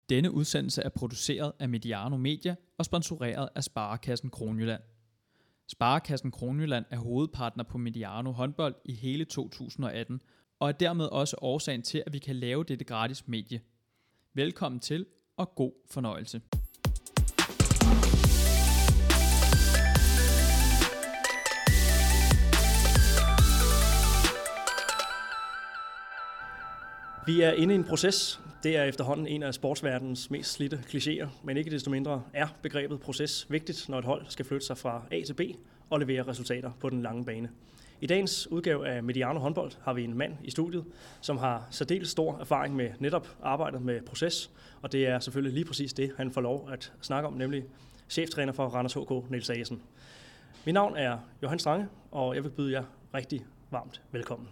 Denne udsendelse er produceret af Mediano Media og sponsoreret af Sparekassen Kronjylland. Sparekassen Kronjylland er hovedpartner på Mediano håndbold i hele 2018 og er dermed også årsagen til, at vi kan lave dette gratis medie. Velkommen til og god fornøjelse. Vi er inde i en proces. Det er efterhånden en af sportsverdenens mest slidte klichéer, men ikke desto mindre er begrebet proces vigtigt, når et hold skal flytte sig fra A til B og levere resultater på den lange bane. I dagens udgave af Mediano håndbold har vi en mand i studiet, som har særdeles stor erfaring med netop arbejdet med proces, og det er selvfølgelig lige præcis det, han får lov at snakke om, nemlig cheftræner for Randers HK, Niels Ageson. Mit navn er Johan Strange, og jeg vil byde jer rigtig varmt velkommen.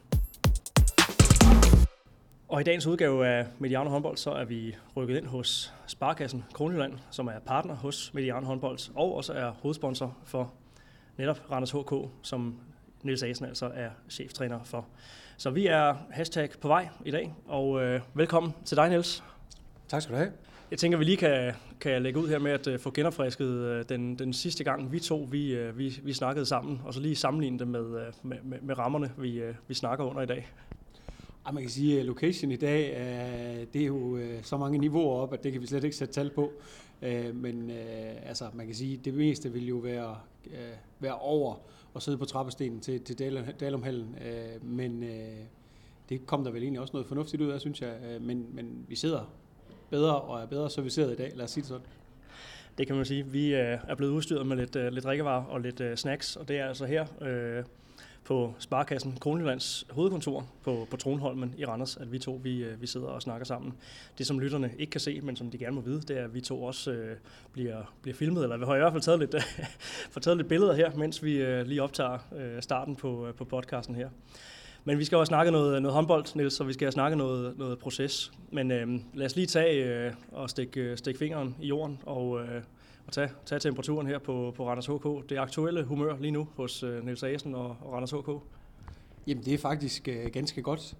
Og i dagens udgave af Mediano håndbold, så er vi rykket ind hos Sparekassen Kronjylland, som er partner hos Mediano håndbold, og også er hovedsponsor for netop Randers HK, som Niels Ageson altså er cheftræner for. Så vi er # på vej i dag, og velkommen til dig, Niels. Tak skal du have. Jeg tænker, vi lige kan lægge ud her med at få genopfrisket den sidste gang, vi snakkede sammen, og så lige sammenligne det med rammerne, vi snakker under i dag. Man kan sige, at location i dag, det er jo så mange niveauer op, at det kan vi slet ikke sætte tal på. Men man kan sige, at det meste vil jo være over og sidde på trappestenen til Dalumhallen. Men det kom der vel egentlig også noget fornuftigt ud af, synes jeg. Men vi sidder bedre og er bedre serviceret i dag, lad os sige det sådan. Det kan man sige. Vi er blevet udstyret med lidt drikkevarer og lidt snacks, og det er altså her på Sparekassen Kronjyllands hovedkontor på Tronholmen i Randers, at vi to vi sidder og snakker sammen. Det, som lytterne ikke kan se, men som de gerne må vide, det er, at vi to også bliver filmet, eller vi har i hvert fald taget lidt billeder her, mens vi lige optager starten på podcasten her. Men vi skal også snakke noget håndbold, Niels, så vi skal snakke noget proces. Men lad os lige tage og stikke fingeren i jorden og tage temperaturen her på Randers HK. Det aktuelle humør lige nu hos Niels Ageson og Randers HK? Jamen, det er faktisk ganske godt.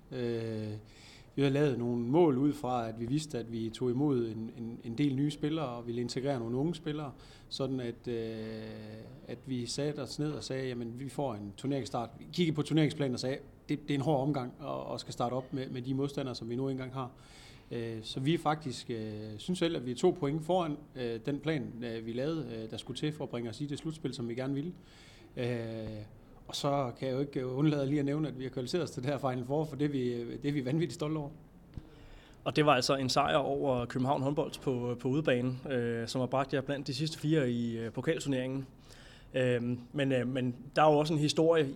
Vi har lavet nogle mål ud fra, at vi vidste, at vi tog imod en del nye spillere og ville integrere nogle unge spillere, sådan at vi satte os ned og sagde, jamen vi får en turneringsstart. Vi kiggede på turneringsplanen og sagde, det er en hård omgang og skal starte op med de modstandere, som vi nu engang har. Så vi faktisk synes selv, at vi er 2 point foran den plan, vi lavede, der skulle til for at bringe os i det slutspil, som vi gerne ville. Og så kan jeg jo ikke undlade lige at nævne, at vi har kvalificeret os til det her Final Four, for det er vi vanvittigt stolte over. Og det var altså en sejr over København håndbold på udebanen, som har bragt jer blandt de sidste 4 i pokalturneringen. Men der er jo også en historie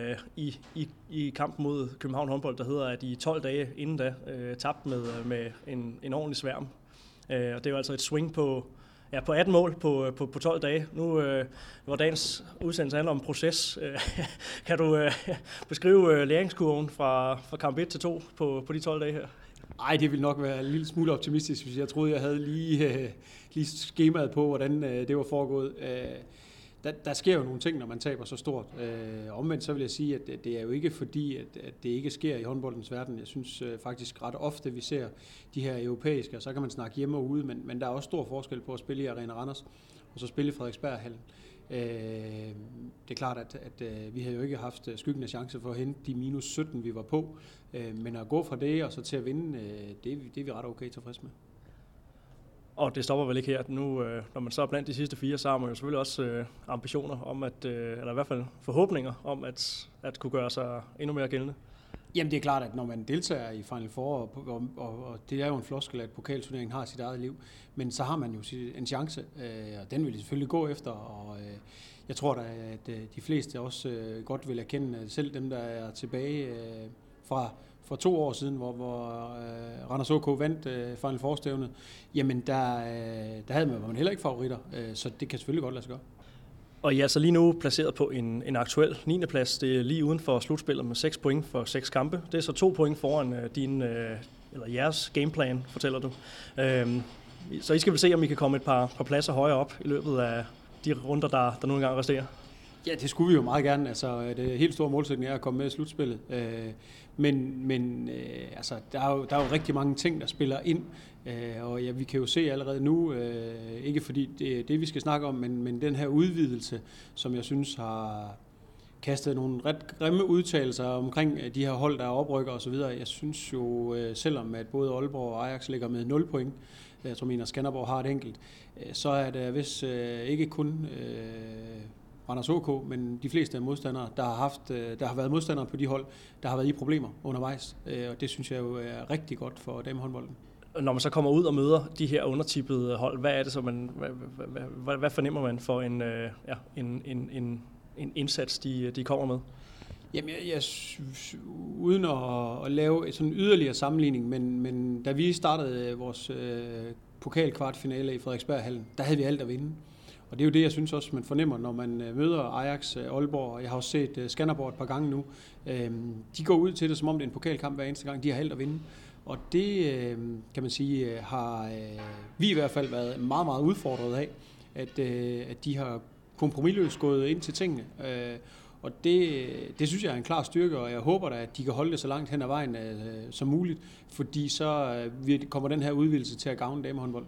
i kampen mod København håndbold, der hedder, at I 12 dage inden da tabte med en ordentlig sværm. Og det er jo altså et swing på 18 mål på 12 dage. Nu hvor dagens udsendelse handler om proces. Kan du beskrive læringskurven fra kamp 1 til 2 på de 12 dage her? Ej, det vil nok være en lille smule optimistisk, hvis jeg troede, jeg havde lige skemaet på, hvordan det var foregået. Der sker jo nogle ting, når man taber så stort. Omvendt så vil jeg sige, at det er jo ikke fordi, at det ikke sker i håndboldens verden. Jeg synes faktisk ret ofte, vi ser de her europæiske, og så kan man snakke hjemme og ude, men der er også stor forskel på at spille i Arena Randers, og så spille i Frederiksberghallen. Det er klart, at vi havde jo ikke haft skyggen af chance for at hente de minus 17, vi var på, men at gå fra det og så til at vinde, det er vi ret okay tilfreds med. Og det stopper vel ikke her. Nu, når man så er blandt de sidste 4, så har man jo selvfølgelig også ambitioner om, eller i hvert fald forhåbninger om, at kunne gøre sig endnu mere gældende. Jamen det er klart, at når man deltager i Final Four, og det er jo en floskel, at pokalturneringen har sit eget liv, men så har man jo en chance, og den vil de selvfølgelig gå efter, og jeg tror da, at de fleste også godt vil erkende, at selv dem, der er tilbage for 2 år siden, hvor Randers HK vandt Final Four-stævnet, jamen der havde man heller ikke favoritter, så det kan selvfølgelig godt lade sig gøre. Og I er altså lige nu placeret på en aktuel 9. plads. Det er lige uden for slutspillet med 6 point for 6 kampe. Det er så 2 point foran jeres gameplan, fortæller du. Så I skal vel se, om I kan komme et par pladser højere op i løbet af de runder, der nu engang resterer. Ja, det skulle vi jo meget gerne. Altså, det helt store målsætning er at komme med i slutspillet. Men altså, der er jo rigtig mange ting, der spiller ind. Og ja, vi kan jo se allerede nu, ikke fordi det er det, vi skal snakke om, men den her udvidelse, som jeg synes har kastet nogle ret grimme udtalelser omkring de her hold, der er oprykker osv. Jeg synes jo, selvom at både Aalborg og Ajax ligger med 0 point, jeg tror, at Skanderborg har et enkelt, så er det vist ikke kun Randers OK, men de fleste af modstandere, der har været modstandere på de hold, der har været i problemer undervejs. Og det synes jeg jo er rigtig godt for damehåndbolden. Når man så kommer ud og møder de her undertippede hold, hvad er det så hvad fornemmer man for en indsats, de kommer med? Jamen, jeg uden at lave sådan en yderligere sammenligning, men da vi startede vores pokalkvartfinale i Frederiksberghallen, der havde vi alt at vinde. Og det er jo det, jeg synes også, man fornemmer, når man møder Ajax, Aalborg, og jeg har også set Skanderborg et par gange nu. De går ud til det, som om det er en pokalkamp hver eneste gang. De har alt at vinde. Og det, kan man sige, har vi i hvert fald været meget, meget udfordret af, at de har kompromisløst gået ind til tingene. Og det synes jeg er en klar styrke, og jeg håber da, at de kan holde det så langt hen ad vejen som muligt, fordi så kommer den her udvidelse til at gavne damehåndbolden.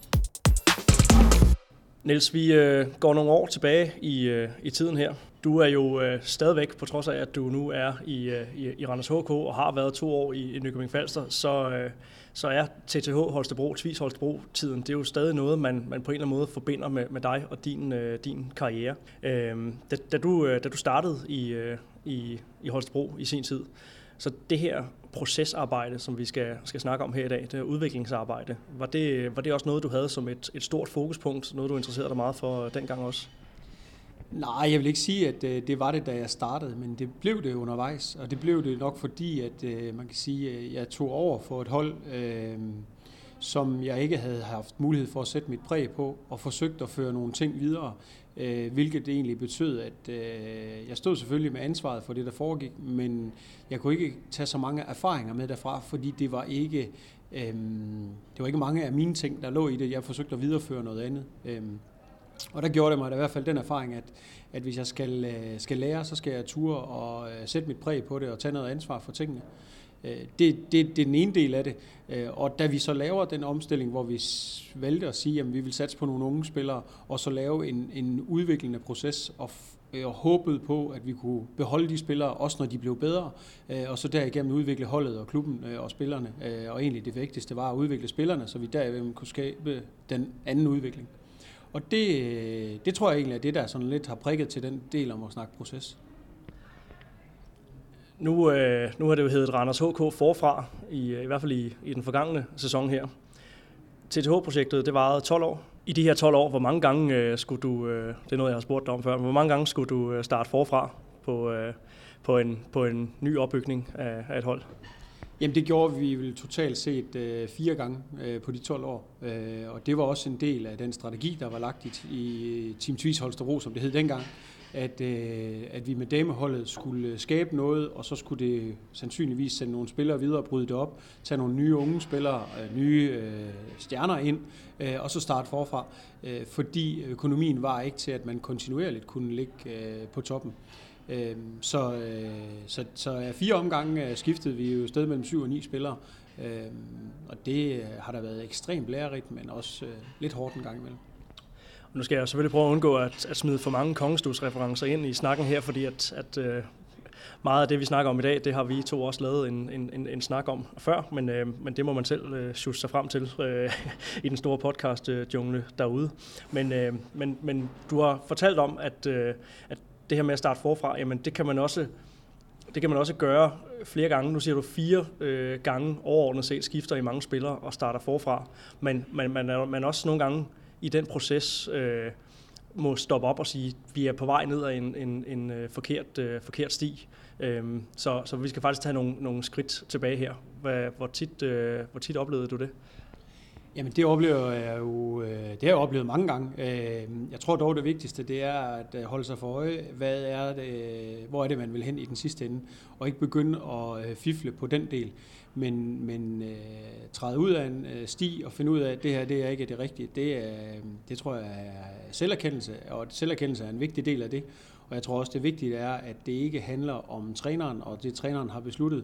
Niels, vi går nogle år tilbage i tiden her. Du er jo stadigvæk, på trods af at du nu er i Randers HK og har været 2 år i Nykøbing Falster, så er TTH Holstebro, Tvis Holstebro-tiden, det er jo stadig noget, man på en eller anden måde forbinder med dig og din karriere. Da du startede i Holstebro i sin tid, så det her procesarbejde, som vi skal snakke om her i dag, det her udviklingsarbejde, var det også noget, du havde som et stort fokuspunkt, noget du interesserede dig meget for dengang også? Nej, jeg vil ikke sige, at det var det, da jeg startede, men det blev det undervejs, og det blev det nok fordi, at man kan sige, at jeg tog over for et hold, som jeg ikke havde haft mulighed for at sætte mit præg på, og forsøgte at føre nogle ting videre, hvilket det egentlig betød, at jeg stod selvfølgelig med ansvaret for det, der foregik, men jeg kunne ikke tage så mange erfaringer med derfra, fordi det var ikke mange af mine ting, der lå i det. Jeg forsøgte at videreføre noget andet. Og der gjorde det mig i hvert fald den erfaring, at hvis jeg skal lære, så skal jeg ture og sætte mit præg på det og tage noget ansvar for tingene. Det er den ene del af det. Og da vi så laver den omstilling, hvor vi valgte at sige, at vi vil satse på nogle unge spillere, og så lave en udviklende proces, og håbede på, at vi kunne beholde de spillere, også når de blev bedre, og så derigennem udvikle holdet og klubben og spillerne. Og egentlig det vigtigste var at udvikle spillerne, så vi derigennem kunne skabe den anden udvikling. Og det tror jeg egentlig er det, der sådan lidt har prikket til den del om at snakke proces. Nu har det jo heddet Randers HK forfra, i hvert fald i den forgangne sæson her. TTH-projektet, det varede 12 år. I de her 12 år, hvor mange gange skulle du, det er noget, jeg har spurgt dig om før, hvor mange gange skulle du starte forfra på en ny opbygning af et hold? Jamen det gjorde vi vel totalt set 4 gange på de 12 år, og det var også en del af den strategi, der var lagt i Team Tvis Holstebro, som det hed dengang, at vi med dameholdet skulle skabe noget, og så skulle det sandsynligvis sende nogle spillere videre og bryde det op, tage nogle nye unge spillere, nye stjerner ind, og så starte forfra, fordi økonomien var ikke til, at man kontinuerligt kunne ligge på toppen. Så 4 omgange skiftede vi jo sted mellem 7 og 9 spillere, og det har da været ekstremt lærerigt, men også lidt hårdt en gang imellem. Nu skal jeg selvfølgelig prøve at undgå at smide for mange kongestudsreferencer ind i snakken her, fordi at meget af det, vi snakker om i dag, det har vi to også lavet en snak om før, men det må man selv sjusse sig frem til i den store podcast-jungle derude. Men du har fortalt om, at det her med at starte forfra, jamen det kan man også gøre flere gange. Nu siger du 4 gange overordnet set skifter i mange spillere og starter forfra, men man også nogle gange i den proces må stoppe op og sige, at vi er på vej ned ad en forkert sti. Så vi skal faktisk tage nogle skridt tilbage her. Hvor tit oplevede du det? Jamen det oplever jeg jo, det har jeg oplevet mange gange. Jeg tror dog det vigtigste, det er at holde sig for øje, hvor er det man vil hen i den sidste ende, og ikke begynde at fifle på den del, men træde ud af en sti og finde ud af, at det her det er ikke det rigtige. Det tror jeg er selverkendelse, og selverkendelse er en vigtig del af det. Og jeg tror også, det vigtige er, at det ikke handler om træneren, og det træneren har besluttet.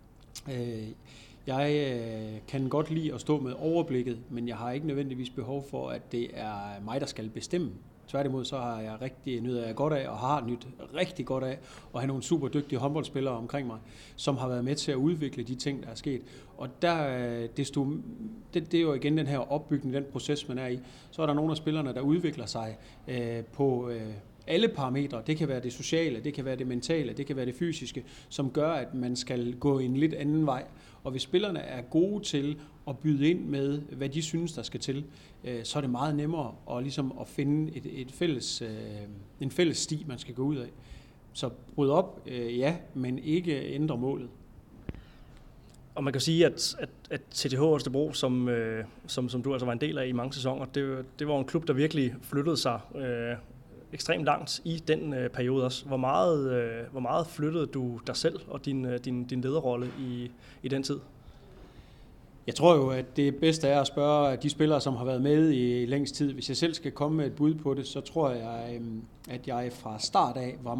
Jeg kan godt lide at stå med overblikket, men jeg har ikke nødvendigvis behov for, at det er mig, der skal bestemme. Tværtimod så har jeg nyder jeg godt af, og har nyt rigtig godt af, at have nogle super dygtige håndboldspillere omkring mig, som har været med til at udvikle de ting, der er sket. Og det er jo igen den her opbygning, den proces, man er i. Så er der nogle af spillerne, der udvikler sig på alle parametre. Det kan være det sociale, det kan være det mentale, det kan være det fysiske, som gør, at man skal gå en lidt anden vej. Og hvis spillerne er gode til at byde ind med, hvad de synes, der skal til, så er det meget nemmere at finde en fælles sti, man skal gå ud af. Så bryd op, ja, men ikke ændre målet. Og man kan sige, at TTH Holstebro, som du altså var en del af i mange sæsoner, det var en klub, der virkelig flyttede sig ekstremt langt i den periode også. Hvor meget flyttede du dig selv og din lederrolle i den tid? Jeg tror jo, at det bedste er at spørge de spillere, som har været med i længst tid. Hvis jeg selv skal komme med et bud på det, så tror jeg, at jeg fra start af var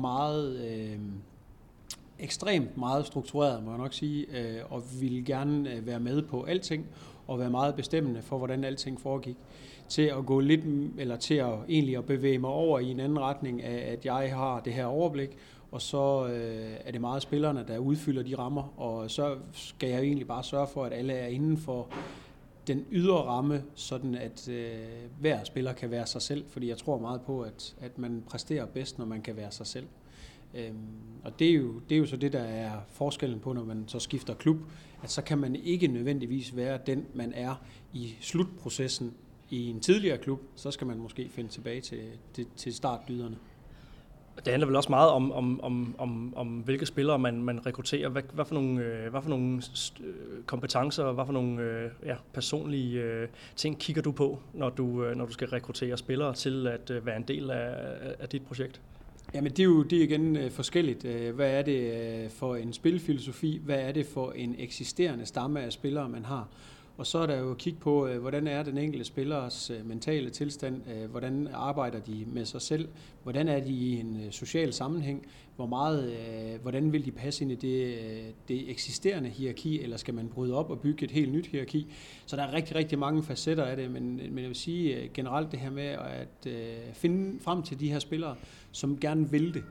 ekstremt meget struktureret, må jeg nok sige, og ville gerne være med på alting og være meget bestemmende for, hvordan alting foregik. Til at gå lidt, eller til at egentlig at bevæge mig over i en anden retning af, at jeg har det her overblik, og så er det meget spillerne, der udfylder de rammer, og så skal jeg egentlig bare sørge for, at alle er inden for den ydre ramme, sådan at hver spiller kan være sig selv, fordi jeg tror meget på, at man præsterer bedst, når man kan være sig selv. Og det er jo så det, der er forskellen på, når man så skifter klub, at så kan man ikke nødvendigvis være den, man er i slutprocessen i en tidligere klub, så skal man måske finde tilbage til startdyderne. Det handler vel også meget om hvilke spillere man rekrutterer. Hvad for nogle kompetencer og hvad for nogle personlige ting kigger du på, når du skal rekruttere spillere til at være en del af dit projekt? Jamen det er igen forskelligt. Hvad er det for en spilfilosofi? Hvad er det for en eksisterende stamme af spillere, man har? Og så er der jo at kigge på, hvordan er den enkelte spillers mentale tilstand, hvordan arbejder de med sig selv, hvordan er de i en social sammenhæng, hvordan vil de passe ind i det eksisterende hierarki, eller skal man bryde op og bygge et helt nyt hierarki. Så der er rigtig, rigtig mange facetter af det, men jeg vil sige generelt det her med at finde frem til de her spillere, som gerne vil det.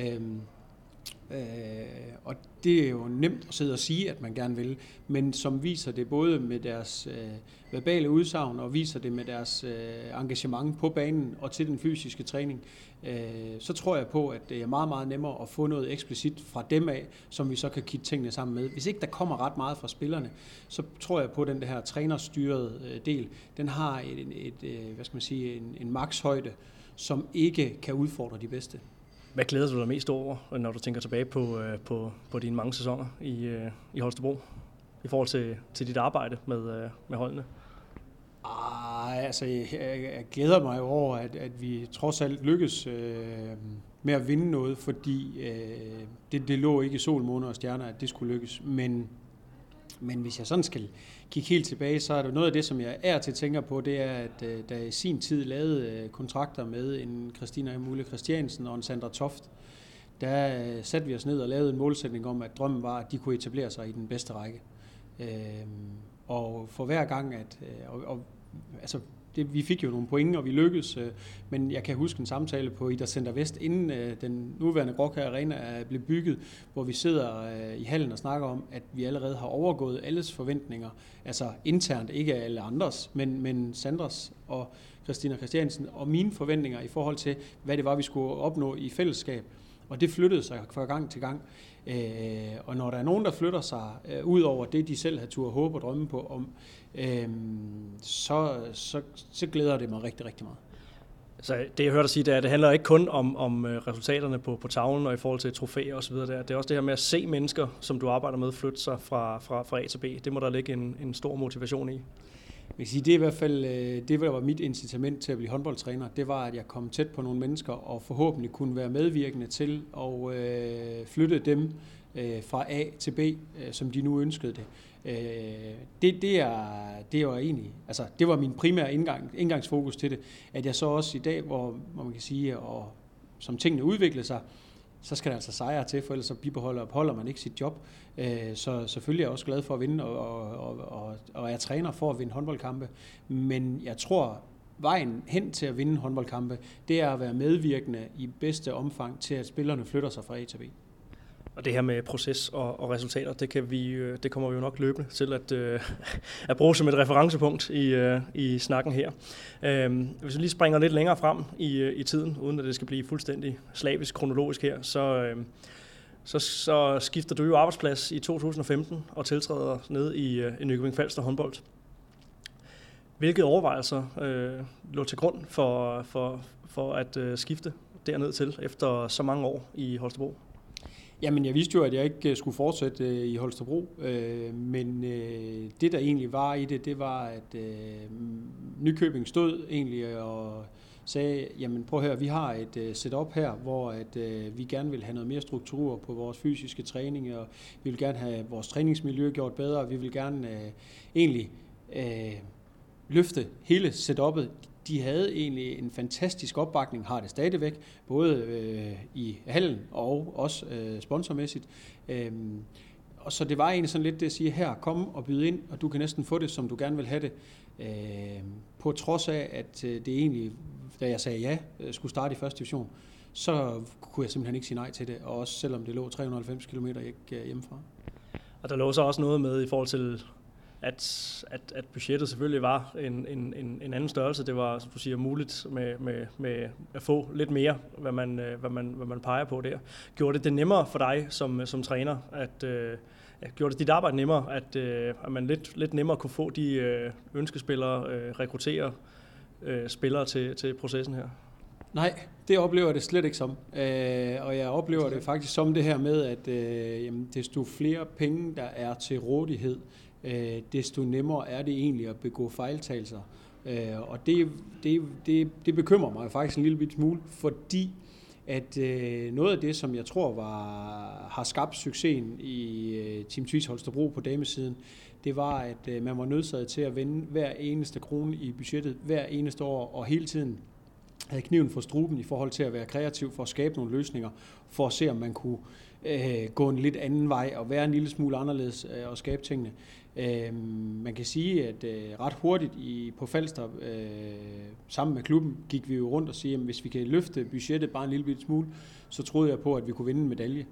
Og det er jo nemt at sidde og sige, at man gerne vil, men som viser det både med deres verbale udsagn og viser det med deres engagement på banen og til den fysiske træning, så tror jeg på, at det er meget, meget nemmere at få noget eksplicit fra dem af, som vi så kan kigge tingene sammen med. Hvis ikke der kommer ret meget fra spillerne, så tror jeg på, at den her trænerstyrede del, den har en makshøjde, som ikke kan udfordre de bedste. Hvad glæder du dig mest over, når du tænker tilbage på dine mange sæsoner i Holstebro, i forhold til dit arbejde med holdene? Jeg glæder mig over, at vi trods alt lykkes med at vinde noget, fordi det lå ikke i sol, måne og stjerner, at det skulle lykkes. Men hvis jeg sådan skal kigge helt tilbage, så er det noget af det, som jeg til tænker på, det er, at da jeg i sin tid lavede kontrakter med en Christina Mulle Christiansen og en Sandra Toft, der satte vi os ned og lavede en målsætning om, at drømmen var, at de kunne etablere sig i den bedste række. Og for hver gang, vi fik jo nogle point, og vi lykkedes, men jeg kan huske en samtale på Ida Center Vest, inden den nuværende Gråkær Arena er blevet bygget, hvor vi sidder i hallen og snakker om, at vi allerede har overgået alles forventninger, altså internt, ikke alle andres, men Sandras og Christina Christiansen, og mine forventninger i forhold til, hvad det var, vi skulle opnå i fællesskab. Og det flyttede sig fra gang til gang. Og når der er nogen, der flytter sig ud over det, de selv har tur og håbe og drømme på om, så glæder det mig rigtig, rigtig meget. Så det, jeg hørte dig sige, det handler ikke kun om resultaterne på tavlen og i forhold til trofæer osv. Det er også det her med at se mennesker, som du arbejder med, flytte sig fra A til B. Det må der ligge en stor motivation i. Jeg vil sige, det er i hvert fald det, der var mit incitament til at blive håndboldtræner. Det var, at jeg kom tæt på nogle mennesker og forhåbentlig kunne være medvirkende til at flytte dem fra A til B, som de nu ønskede det. Det var egentlig, altså det var min primære indgangsfokus til det, at jeg så også i dag, hvor man kan sige, og som tingene udvikler sig, så skal der altså sejre til, for ellers så holder man ikke sit job. Så selvfølgelig er jeg også glad for at vinde, og jeg træner for at vinde håndboldkampe. Men jeg tror, vejen hen til at vinde håndboldkampe, det er at være medvirkende i bedste omfang til, at spillerne flytter sig fra A til B. Og det her med proces og resultater, det kommer vi jo nok løbende til at bruge som et referencepunkt i snakken her. Hvis vi lige springer lidt længere frem i tiden, uden at det skal blive fuldstændig slavisk kronologisk her, så skifter du jo arbejdsplads i 2015 og tiltræder ned i Nykøbing Falster håndbold. Hvilke overvejelser lå til grund for at skifte derned til efter så mange år i Holstebro? Jamen, jeg vidste jo, at jeg ikke skulle fortsætte i Holstebro, men det, der egentlig var i det var, at Nykøbing stod egentlig og sagde, jamen prøv at høre, vi har et setup her, hvor at, vi gerne vil have noget mere struktur på vores fysiske træning, og vi vil gerne have vores træningsmiljø gjort bedre, og vi vil gerne egentlig løfte hele setupet. De havde egentlig en fantastisk opbakning, har det stadigvæk, både i hallen og også sponsormæssigt. Og så det var egentlig sådan lidt det at sige, her, kom og byde ind, og du kan næsten få det, som du gerne vil have det. På trods af, at det egentlig, da jeg sagde ja, skulle starte i første division, så kunne jeg simpelthen ikke sige nej til det, og også selvom det lå 390 km ikke hjemmefra. Og der lå så også noget med i forhold til at budgettet selvfølgelig var en anden størrelse. Det var, som du siger, muligt med at få lidt mere, hvad man peger på der. Gjorde det nemmere for dig som træner, gjorde det dit arbejde nemmere, at man lidt nemmere kunne få de ønskespillere, rekruttere spillere til processen her? Nej, det oplever jeg det slet ikke som. Og jeg oplever det faktisk som det her med, at desto flere penge, der er til rådighed, desto nemmere er det egentlig at begå fejltagelser. Og det bekymrer mig faktisk en lille bit smule, fordi at noget af det, som jeg tror har skabt succesen i Team Tvis Holstebro på damesiden, det var, at man var nødsaget til at vende hver eneste krone i budgettet, hver eneste år, og hele tiden havde kniven for struben i forhold til at være kreativ for at skabe nogle løsninger, for at se, om man kunne gå en lidt anden vej og være en lille smule anderledes og skabe tingene. Man kan sige, at ret hurtigt på Falster, sammen med klubben, gik vi jo rundt og sige, at hvis vi kan løfte budgettet bare en lille smule, så troede jeg på, at vi kunne vinde en medalje.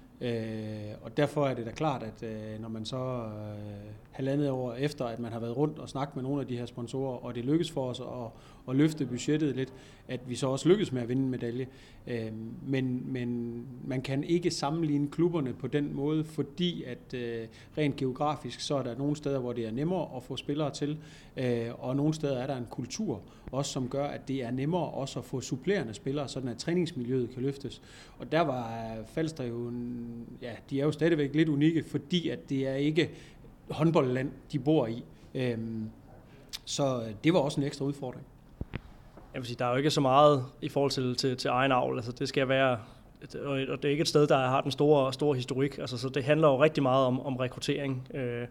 Og derfor er det da klart, at når man så halvandet år efter, at man har været rundt og snakket med nogle af de her sponsorer, og det lykkes for os at løfte budgettet lidt, at vi så også lykkes med at vinde en medalje. Men man kan ikke sammenligne klubberne på den måde, fordi at rent geografisk, så er der nogle steder, hvor det er nemmere at få spillere til, og nogle steder er der en kultur, også som gør, at det er nemmere også at få supplerende spillere, sådan at træningsmiljøet kan løftes. Og der var Falster jo, de er jo stadigvæk lidt unikke, fordi at det er ikke håndboldland, de bor i. Så det var også en ekstra udfordring. Jeg vil sige, der er jo ikke så meget i forhold til egen avl. Altså, det skal være, og det er ikke et sted, der har den store historik. Altså, så det handler jo rigtig meget om rekruttering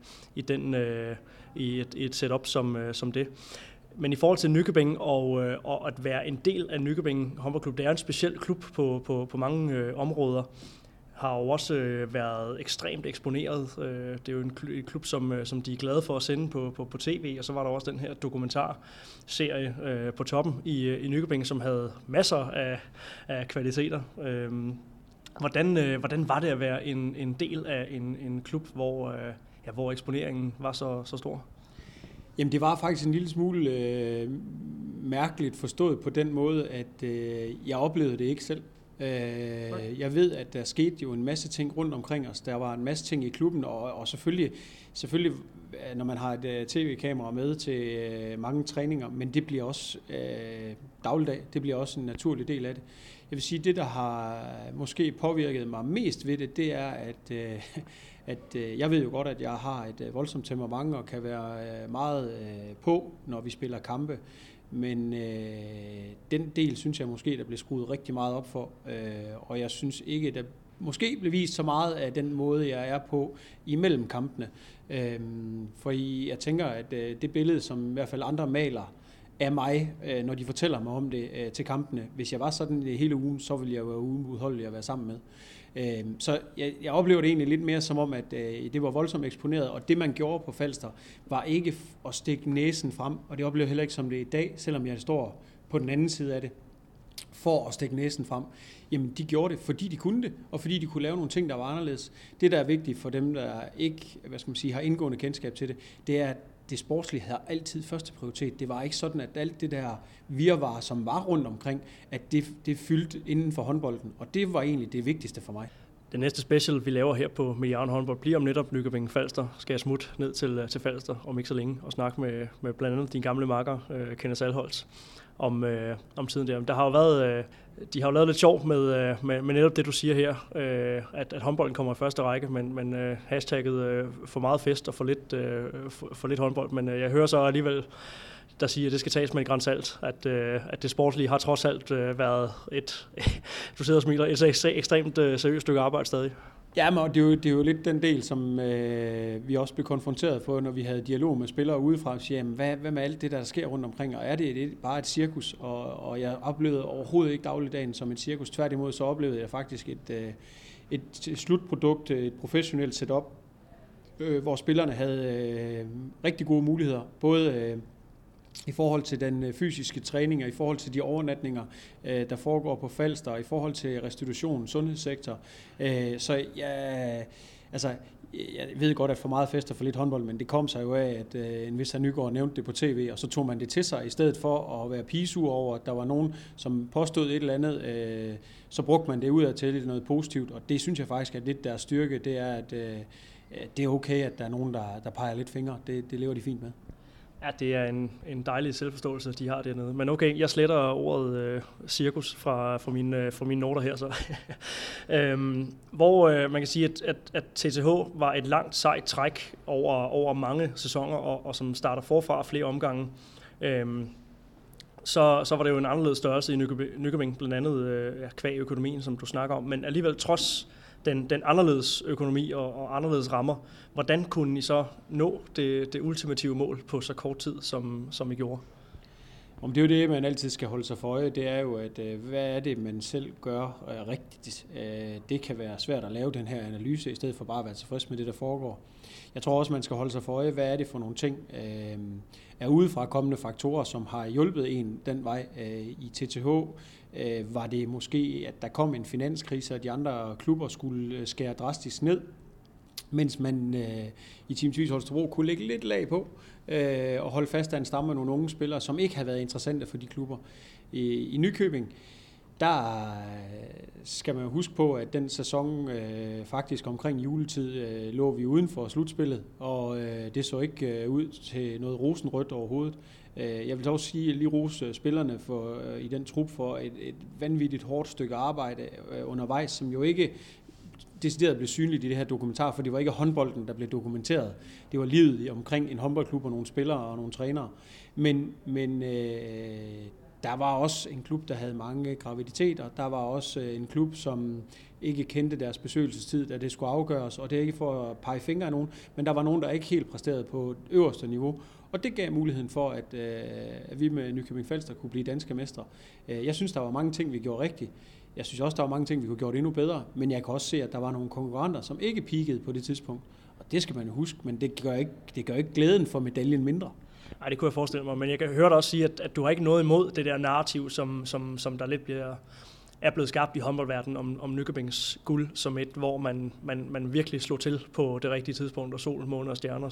i et setup som det. Men i forhold til Nykøbing og at være en del af Nykøbing håndboldklub, det er en speciel klub på mange områder, har jo også været ekstremt eksponeret. Det er jo en klub, som de er glade for at sende på tv, og så var der også den her dokumentarserie på toppen i Nykøbing, som havde masser af kvaliteter. Hvordan var det at være en del af en klub, hvor eksponeringen var så stor? Jamen, det var faktisk en lille smule mærkeligt forstået på den måde, at jeg oplevede det ikke selv. Jeg ved, at der skete jo en masse ting rundt omkring os. Der var en masse ting i klubben, og selvfølgelig, når man har et tv-kamera med til mange træninger, men det bliver også dagligdag, det bliver også en naturlig del af det. Jeg vil sige, det der har måske påvirket mig mest ved det, det er, at jeg ved jo godt, at jeg har et voldsomt temperament og kan være meget på, når vi spiller kampe. Men den del synes jeg måske, der blev skruet rigtig meget op for, og jeg synes ikke, der måske blev vist så meget af den måde, jeg er på imellem kampene. For jeg tænker, at det billede, som i hvert fald andre maler af mig, når de fortæller mig om det til kampene. Hvis jeg var sådan hele ugen, så ville jeg være uudholdelig at være sammen med. Så jeg oplever det egentlig lidt mere som om, at det var voldsomt eksponeret, og det man gjorde på Falster, var ikke at stikke næsen frem, og det oplever jeg heller ikke som det i dag, selvom jeg står på den anden side af det, for at stikke næsen frem. Jamen, de gjorde det, fordi de kunne det, og fordi de kunne lave nogle ting, der var anderledes. Det, der er vigtigt for dem, der ikke, har indgående kendskab til det, det er, at det sportslige havde altid første prioritet. Det var ikke sådan, at alt det der virvar, som var rundt omkring, at det fyldte inden for håndbolden, og det var egentlig det vigtigste for mig. Det næste special, vi laver her på Mediano Håndbold, bliver om netop Nykøbing Falster. Skal jeg smutte ned til Falster om ikke så længe og snakke med blandt andet din gamle makker, Kenneth Salholz, om tiden der. Der har jo været, de har jo lavet lidt sjov med netop det, du siger her, at håndbolden kommer i første række, men hashtagget for meget fest og for lidt håndbold. Men jeg hører så alligevel, der siger, at det skal tages med et gran salt, at det sportslige har trods alt været du sidder og smiler, et ekstremt seriøst stykke arbejde stadig. Ja, men det er jo lidt den del, som vi også blev konfronteret på, når vi havde dialog med spillere udefra, og siger, jamen, hvad med alt det, der sker rundt omkring, og er det bare et cirkus? Og jeg oplevede overhovedet ikke dagligdagen som et cirkus. Tværtimod så oplevede jeg faktisk et slutprodukt, et professionelt setup, hvor spillerne havde rigtig gode muligheder, både i forhold til den fysiske træning, og i forhold til de overnatninger, der foregår på Falster, i forhold til restitution, sundhedssektor. Så jeg ved godt, at for meget fest og for lidt håndbold, men det kom sig jo af, at en vis Nygaard nævnte det på tv, og så tog man det til sig, i stedet for at være pigesur over, at der var nogen, som påstod et eller andet, så brugte man det ud til noget positivt, og det synes jeg faktisk, at lidt deres styrke, det er, at det er okay, at der er nogen, der peger lidt fingre. Det lever de fint med. Ja, det er en dejlig selvforståelse, de har dernede. Men okay, jeg sletter ordet cirkus fra mine noter her. Så. Hvor man kan sige, at TTH var et langt sejt træk over mange sæsoner, og som starter forfra flere omgange. Så var det jo en anderledes størrelse i Nykøbing, blandt andet kvæg økonomien, som du snakker om. Men alligevel trods den anderledes økonomi og anderledes rammer, hvordan kunne I så nå det ultimative mål på så kort tid, som I gjorde? Det er jo det, man altid skal holde sig for øje. Det er jo, at hvad er det, man selv gør rigtigt. Det kan være svært at lave den her analyse, i stedet for bare at være tilfreds med det, der foregår. Jeg tror også, man skal holde sig for øje, hvad er det for nogle ting, er udefra kommende faktorer, som har hjulpet en den vej i TTH. Var det måske, at der kom en finanskrise, og de andre klubber skulle skære drastisk ned, mens man i Team Tvis Holstebro kunne lægge lidt lag på og holde fast af en stamme af nogle unge spillere, som ikke har været interessante for de klubber. I Nykøbing, der skal man huske på, at den sæson faktisk omkring juletid lå vi uden for slutspillet, og det så ikke ud til noget rosenrødt overhovedet. Jeg vil dog sige, lige rose spillerne i den trup for et vanvittigt hårdt stykke arbejde undervejs, som jo ikke decideret blev synligt i det her dokumentar, for det var ikke håndbolden, der blev dokumenteret. Det var livet omkring en håndboldklub og nogle spillere og nogle trænere. Men der var også en klub, der havde mange graviditeter. Der var også en klub, som ikke kendte deres besøgelsestid, da det skulle afgøres. Og det er ikke for at pege fingre af nogen, men der var nogen, der ikke helt præsterede på øverste niveau. Og det gav muligheden for, at vi med Nykøbing Falster kunne blive danske mestre. Jeg synes, der var mange ting, vi gjorde rigtigt. Jeg synes også, der var mange ting, vi kunne gjort endnu bedre. Men jeg kan også se, at der var nogle konkurrenter, som ikke peakede på det tidspunkt. Og det skal man jo huske, men det gør ikke glæden for medaljen mindre. Nej, det kunne jeg forestille mig, men jeg kan høre dig også sige, at du har ikke noget imod det der narrativ, som der lidt er blevet skabt i håndboldverdenen om Nykøbings guld, som et, hvor man virkelig slog til på det rigtige tidspunkt, og sol, måne og stjerner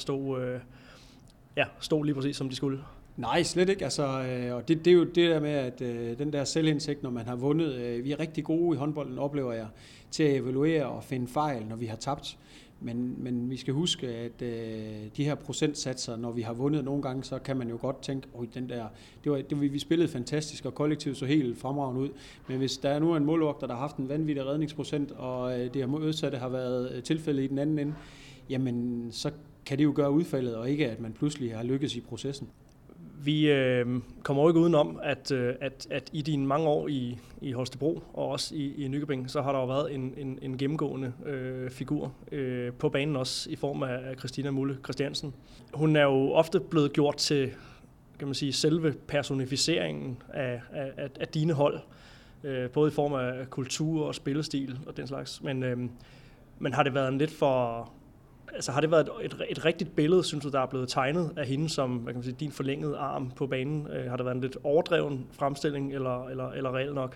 stod lige præcis, som de skulle. Nej, slet ikke. Og det er jo det der med, at den der selvindsigt, når man har vundet, vi er rigtig gode i håndbolden, oplever jeg, til at evaluere og finde fejl, når vi har tabt. Men vi skal huske, at de her procentsatser, når vi har vundet nogle gange, så kan man jo godt tænke, vi spillede fantastisk, og kollektivt så helt fremragende ud. Men hvis der er nu en målvogter, der har haft en vanvittig redningsprocent, og det her modsatte har været tilfældet i den anden ende, jamen så kan det jo gøre udfaldet, og ikke at man pludselig har lykkes i processen. Vi kommer jo ikke udenom, at i dine mange år i Holstebro og også i Nykøbing, så har der jo været en gennemgående figur på banen også i form af Christina Mulle Christiansen. Hun er jo ofte blevet gjort til kan man sige, selve personificeringen af dine hold, både i form af kultur og spillestil og den slags. Men har det været en lidt for... Altså har det været et rigtigt billede, synes du, der er blevet tegnet af hende som, hvad kan man sige, din forlængede arm på banen? Har det været en lidt overdreven fremstilling, eller reelt nok?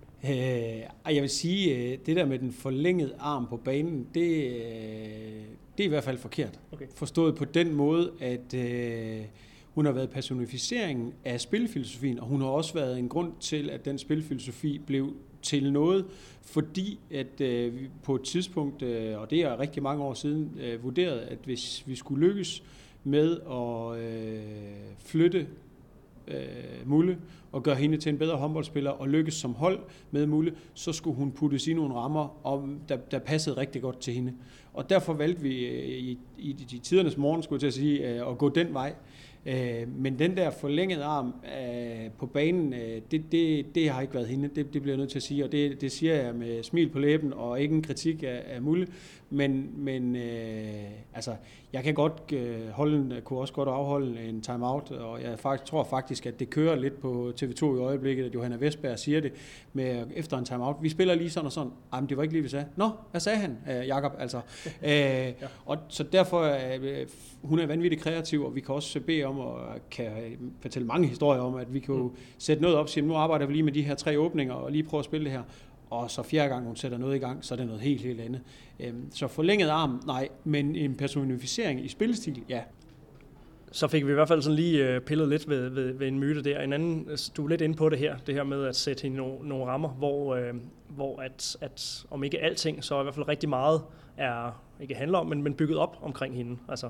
Jeg vil sige, det der med den forlængede arm på banen, det er i hvert fald forkert. Okay. Forstået på den måde, at hun har været personificeringen af spilfilosofien, og hun har også været en grund til, at den spilfilosofi blev til noget, fordi at vi på et tidspunkt, og det er rigtig mange år siden, vurderede, at hvis vi skulle lykkes med at flytte Mulle og gøre hende til en bedre håndboldspiller og lykkes som hold med Mulle, så skulle hun puttes i nogle rammer, der passede rigtig godt til hende. Og derfor valgte vi i de tidernes morgen, skulle jeg til at sige, at gå den vej. Men den der forlængede arm på banen, det har ikke været hende. Det bliver jeg nødt til at sige, og det siger jeg med smil på læben og ikke en kritik af Mulle. Men altså, jeg kan godt kunne også godt afholde en timeout, og jeg tror faktisk, at det kører lidt på TV2 i øjeblikket, at Johanna Vestberg siger det med efter en timeout. Vi spiller lige sådan og sådan. Jamen, det var ikke lige, vi sagde. Nå, hvad sagde han, Jakob? Altså, og så derfor, hun er vanvittigt kreativ, og vi kan også bede om, og kan fortælle mange historier om, at vi kan sætte noget op, sige, nu arbejder vi lige med de her 3 åbninger, og lige prøve at spille det her. Og så 4. gang hun sætter noget i gang, så er det noget helt andet. Så forlænget arm, nej, men en personificering i spillestil, ja. Så fik vi i hvert fald sådan lige pillet lidt ved en myte der. En anden, du er lidt inde på det her med at sætte hende nogle rammer, hvor at om ikke alting, så i hvert fald rigtig meget er, ikke handler om, men bygget op omkring hende. Altså,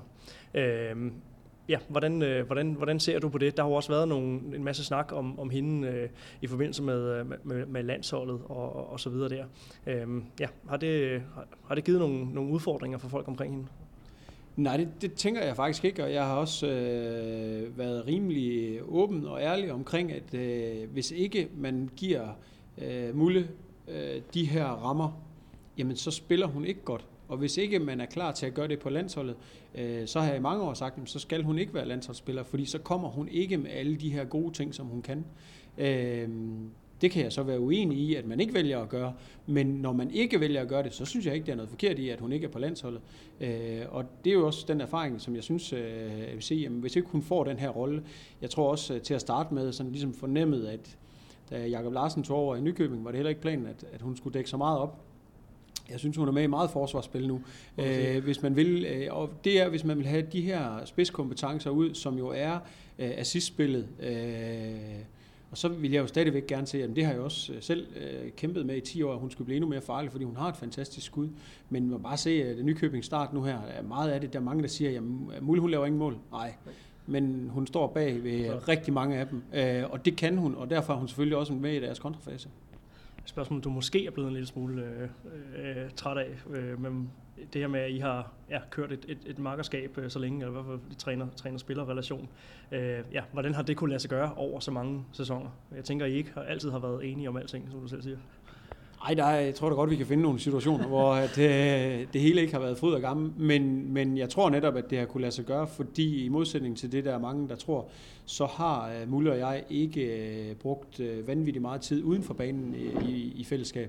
ja, hvordan ser du på det? Der har jo også været en masse snak om hende i forbindelse med landsholdet og så videre der. Ja, har det givet nogle udfordringer for folk omkring hende? Nej, det tænker jeg faktisk ikke, og jeg har også været rimelig åben og ærlig omkring, at hvis ikke man giver Mulle de her rammer, jamen så spiller hun ikke godt. Og hvis ikke man er klar til at gøre det på landsholdet, så har jeg i mange år sagt, så skal hun ikke være landsholdsspiller, fordi så kommer hun ikke med alle de her gode ting, som hun kan. Det kan jeg så være uenig i, at man ikke vælger at gøre, men når man ikke vælger at gøre det, så synes jeg ikke, det er noget forkert i, at hun ikke er på landsholdet. Og det er jo også den erfaring, som jeg synes, jeg vil se, jamen, hvis ikke hun får den her rolle, jeg tror også til at starte med, sådan ligesom fornemmet, at da Jakob Larsen tog over i Nykøbing, var det heller ikke planen, at hun skulle dække så meget op. Jeg synes, hun er med i meget forsvarsspil nu. Hvis man vil, og det er, hvis man vil have de her spidskompetencer ud, som jo er assistspillet. Og så vil jeg jo stadigvæk gerne se, at det har jeg også selv kæmpet med i 10 år, at hun skulle blive endnu mere farlig, fordi hun har et fantastisk skud. Men man må bare se, at Nykøbing start nu her, meget af det, der er mange, der siger, at Mulle, hun laver ingen mål. Nej, men hun står bag ved rigtig mange af dem, og det kan hun, og derfor er hun selvfølgelig også med i deres kontrafase. Spørgsmål, du måske er blevet en lille smule træt af, men det her med, at I har kørt et makkerskab så længe, eller i hvert fald træner-spiller-relation. Hvordan har det kunne lade sig gøre over så mange sæsoner? Jeg tænker, I ikke altid har været enige om alting, som du selv siger. Nej, jeg tror da godt, vi kan finde nogle situationer, hvor det hele ikke har været fryd og gammel, men jeg tror netop, at det har kunne lade sig gøre, fordi i modsætning til det, der er mange, der tror, så har Mulle og jeg ikke brugt vanvittigt meget tid uden for banen i fællesskab.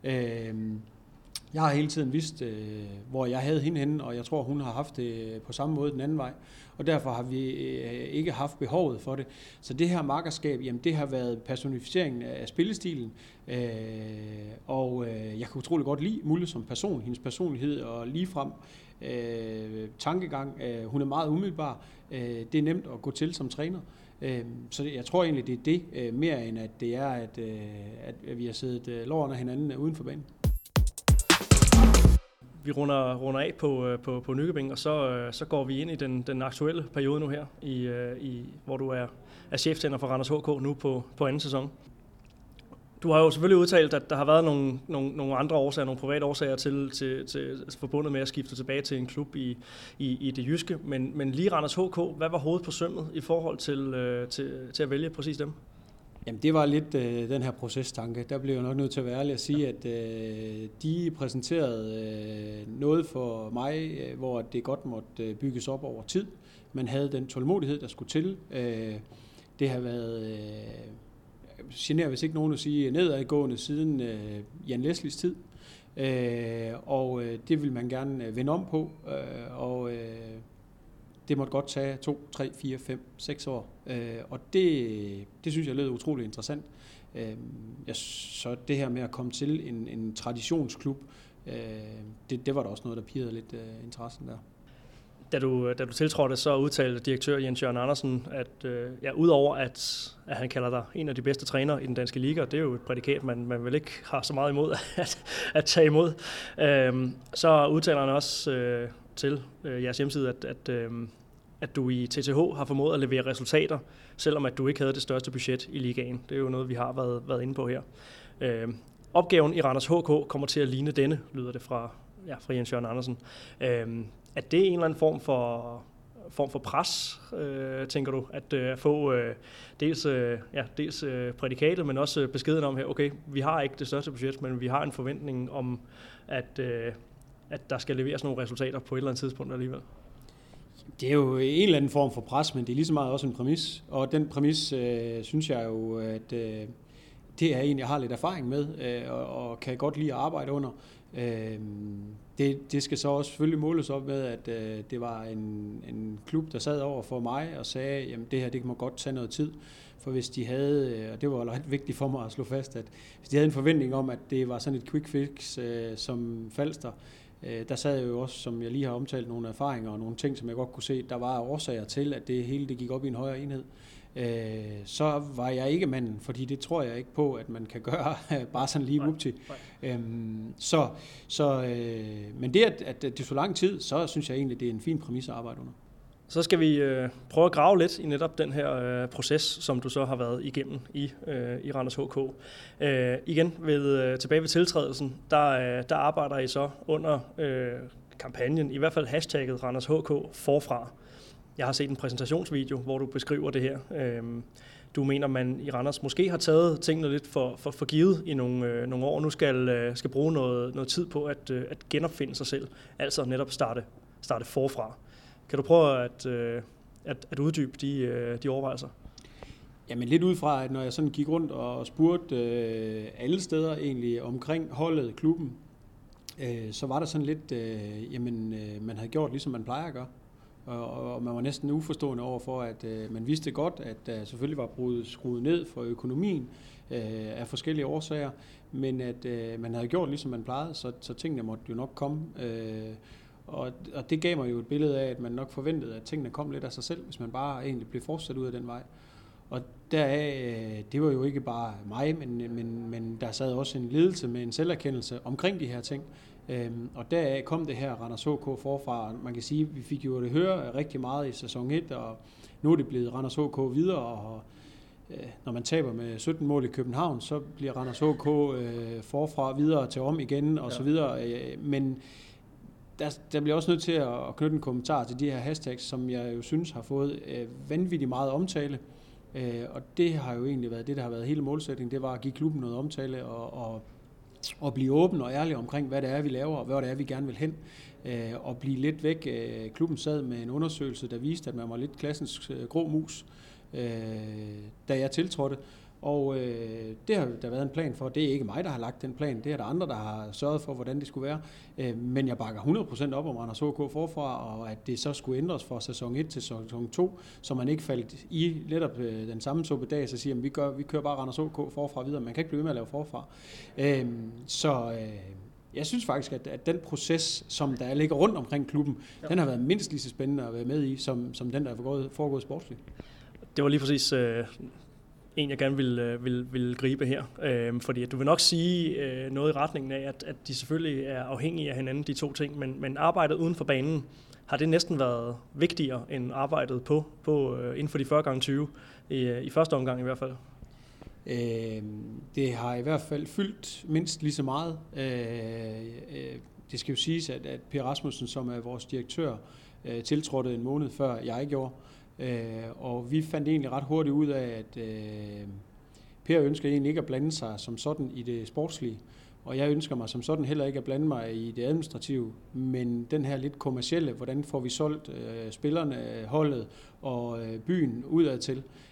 Jeg har hele tiden vidst, hvor jeg havde hende henne, og jeg tror, hun har haft det på samme måde den anden vej. Og derfor har vi ikke haft behovet for det. Så det her makkerskab, jamen det har været personificeringen af spillestilen. Og jeg kan utrolig godt lide Mulle som person, hendes personlighed og ligefrem tankegang. Hun er meget umiddelbar. Det er nemt at gå til som træner. Så jeg tror egentlig, det er det, mere end at det er, at vi har siddet lår under hinanden uden for banen. Vi runder af på Nykøbing, og så går vi ind i den aktuelle periode nu her, hvor du er cheftræner for Randers HK nu på anden sæson. Du har jo selvfølgelig udtalt, at der har været nogle andre årsager, nogle private årsager til forbundet med at skifte tilbage til en klub i det jyske, men lige Randers HK, hvad var hovedet på sømmet i forhold til at vælge præcis dem? Jamen det var lidt den her procestanke. Der blev jeg nok nødt til at være ærlig at sige, at de præsenterede noget for mig, hvor det godt måtte bygges op over tid. Man havde den tålmodighed, der skulle til. Det har været, generer hvis ikke nogen at sige, nedadgående siden Jan Leslies tid. Og det vil man gerne vende om på, og det måtte godt tage 2, 3, 4, 5, 6 år. Og det synes jeg lød utroligt interessant. Så det her med at komme til en traditionsklub, det var da også noget, der pirrede lidt interessen der. Da du tiltrådte, så udtalte direktør Jens Jørgen Andersen, at udover at han kalder dig en af de bedste trænere i den danske liga, og det er jo et prædikat, man vel ikke har så meget imod at tage imod, så udtaler han også til jeres hjemmeside, at du i TTH har formået at levere resultater, selvom at du ikke havde det største budget i ligaen. Det er jo noget, vi har været inde på her. Opgaven i Randers HK kommer til at ligne denne, lyder det fra Jens Jørgen Andersen. Er det en eller anden form for pres, tænker du, at få dels prædikatet, men også beskeden om her, okay, vi har ikke det største budget, men vi har en forventning om, at der skal leveres nogle resultater på et eller andet tidspunkt alligevel? Det er jo en eller anden form for pres, men det er lige så meget også en præmis. Og den præmis, synes jeg jo, at det er en, jeg har lidt erfaring med, og kan godt lide at arbejde under. Det skal så også selvfølgelig måles op med, at det var en klub, der sad over for mig og sagde, jamen det her, det må godt tage noget tid. For hvis de havde, og det var ret vigtigt for mig at slå fast, at hvis de havde en forventning om, at det var sådan et quick fix som Falster, der sad jeg jo også, som jeg lige har omtalt, nogle erfaringer og nogle ting, som jeg godt kunne se, der var årsager til, at det hele det gik op i en højere enhed. Så var jeg ikke manden, fordi det tror jeg ikke på, at man kan gøre bare sådan lige vupti. Men det, at det tog lang tid, så synes jeg egentlig, det er en fin præmis at arbejde under. Så skal vi prøve at grave lidt i netop den her proces, som du så har været igennem i Randers HK. Igen, tilbage ved tiltrædelsen, der arbejder I så under kampagnen, i hvert fald hashtagget Randers HK forfra. Jeg har set en præsentationsvideo, hvor du beskriver det her. Du mener, man i Randers måske har taget tingene lidt for givet i nogle år, nu skal bruge noget tid på at genopfinde sig selv, altså netop starte forfra. Kan du prøve at uddybe de overvejelser? Jamen lidt ud fra, at når jeg sådan gik rundt og spurgte alle steder egentlig omkring holdet, klubben, så var der sådan lidt, man havde gjort ligesom man plejer at gøre. Og man var næsten uforstående over for, at man vidste godt, at der selvfølgelig var skruet ned for økonomien af forskellige årsager, men at man havde gjort ligesom man plejede, så tingene måtte jo nok komme. Og det gav mig jo et billede af, at man nok forventede, at tingene kom lidt af sig selv, hvis man bare egentlig blev fortsat ud af den vej. Og deraf, det var jo ikke bare mig, men der sad også en ledelse med en selverkendelse omkring de her ting. Og deraf kom det her Randers HK forfra. Man kan sige, at vi fik jo det høre rigtig meget i sæson 1, og nu er det blevet Randers HK videre, og når man taber med 17 mål i København, så bliver Randers HK forfra videre til om igen, og så videre. Men der bliver også nødt til at knytte en kommentar til de her hashtags, som jeg jo synes har fået vanvittigt meget omtale. Og det har jo egentlig været det, der har været hele målsætningen. Det var at give klubben noget omtale og blive åben og ærlig omkring, hvad det er, vi laver, og hvad det er, vi gerne vil hen. Og blive lidt væk. Klubben sad med en undersøgelse, der viste, at man var lidt klassens grå mus, da jeg tiltrådte. Og det har der været en plan for. Det er ikke mig, der har lagt den plan. Det er der andre, der har sørget for, hvordan det skulle være. Men jeg bakker 100% op om Randers HK forfra, og at det så skulle ændres fra sæson 1 til sæson 2, så man ikke faldt i netop den samme suppedag, så siger man, vi kører bare Randers HK forfra videre. Man kan ikke blive ved med at lave forfra. Jeg synes faktisk, at den proces, som der ligger rundt omkring klubben, den har været mindst lige så spændende at være med i, som den, der er foregået sportsligt. Det var lige præcis en, jeg gerne vil gribe her. Fordi du vil nok sige noget i retningen af, at de selvfølgelig er afhængige af hinanden, de to ting, men arbejdet uden for banen, har det næsten været vigtigere end arbejdet på inden for de 40x20, i første omgang i hvert fald? Det har i hvert fald fyldt mindst lige så meget. Det skal jo siges, at Per Rasmussen, som er vores direktør, tiltrådte en måned før jeg gjorde. Og vi fandt egentlig ret hurtigt ud af, at Per ønsker egentlig ikke at blande sig som sådan i det sportslige, og jeg ønsker mig som sådan heller ikke at blande mig i det administrative, men den her lidt kommercielle, hvordan får vi solgt spillerne, holdet og byen udad til,